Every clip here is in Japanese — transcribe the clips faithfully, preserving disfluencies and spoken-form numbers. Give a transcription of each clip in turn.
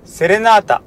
セレナータ。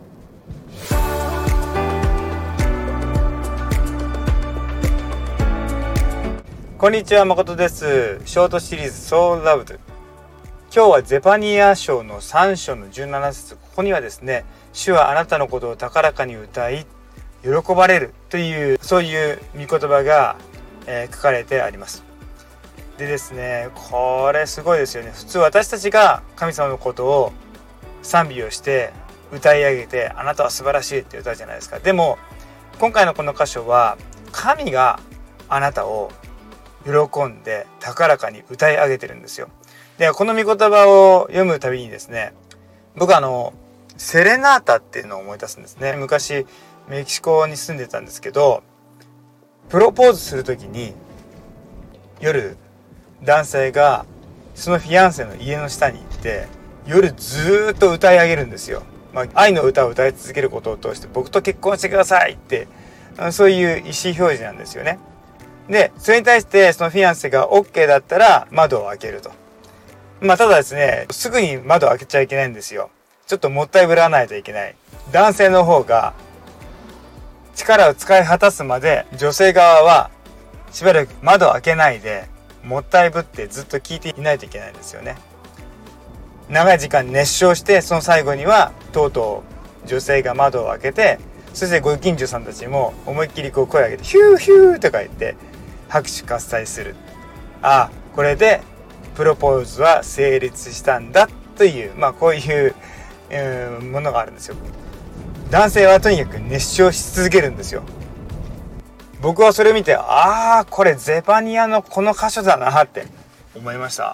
こんにちは、誠です。ショートシリーズ So Loved。今日はゼパニア書のさん章のじゅうなな節。ここにはですね、主はあなたのことを高らかに歌い喜ばれるという、そういう御言葉が、えー、書かれてあります。でですね、これすごいですよね。普通私たちが神様のことを賛美をして歌い上げて、あなたは素晴らしいって歌うじゃないですか。でも今回のこの箇所は、神があなたを喜んで高らかに歌い上げてるんですよ。で、この御言葉を読むたびにですね、僕はあのセレナータっていうのを思い出すんですね。昔メキシコに住んでたんですけど、プロポーズするときに夜男性がそのフィアンセの家の下に行って夜ずっと歌い上げるんですよ。まあ、愛の歌を歌い続けることを通して僕と結婚してくださいって、そういう意思表示なんですよね。で、それに対してそのフィアンセが OK だったら窓を開けると。まあただですね、すぐに窓を開けちゃいけないんですよ。ちょっともったいぶらないといけない。男性の方が力を使い果たすまで女性側はしばらく窓を開けないでもったいぶってずっと聞いていないといけないんですよね。長い時間熱唱して、その最後にはとうとう女性が窓を開けて、そしてご近所さんたちも思いっきりこう声を上げてヒューヒューとか言って拍手喝采する。ああ、これでプロポーズは成立したんだという、まあこういう、えー、ものがあるんですよ。男性はとにかく熱唱し続けるんですよ。僕はそれを見て、ああ、これゼパニアのこの箇所だなって思いました。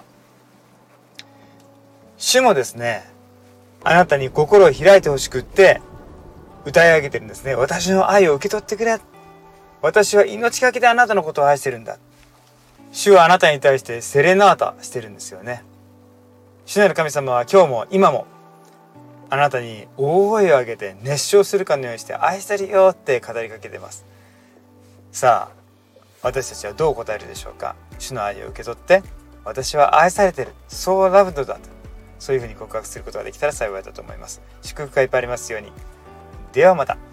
主もですね、あなたに心を開いてほしくって歌い上げてるんですね。私の愛を受け取ってくれ。私は命かけてあなたのことを愛してるんだ。主はあなたに対してセレナータしてるんですよね。主なる神様は今日も今もあなたに大声を上げて熱唱するかのようにして愛してるよって語りかけてます。さあ、私たちはどう答えるでしょうか。主の愛を受け取って、私は愛されてる、そうラブドだと、そういうふうに告白することができたら幸いだと思います。祝福がいっぱいありますように。ではまた。